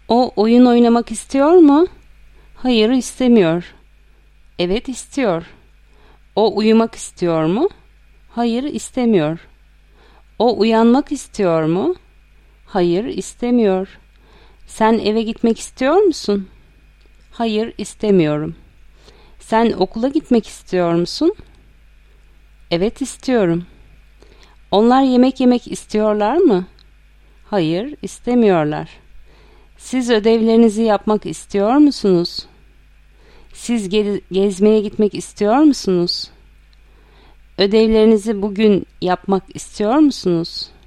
O oyun oynamak istiyor mu? Hayır, istemiyor. Evet, istiyor. O uyumak istiyor mu? Hayır, istemiyor. O uyanmak istiyor mu? Hayır, istemiyor. Sen eve gitmek istiyor musun? Hayır, istemiyorum. Sen okula gitmek istiyor musun? Evet, istiyorum. Onlar yemek yemek istiyorlar mı? Hayır, istemiyorlar. Siz ödevlerinizi yapmak istiyor musunuz? Siz gezmeye gitmek istiyor musunuz? Ödevlerinizi bugün yapmak istiyor musunuz?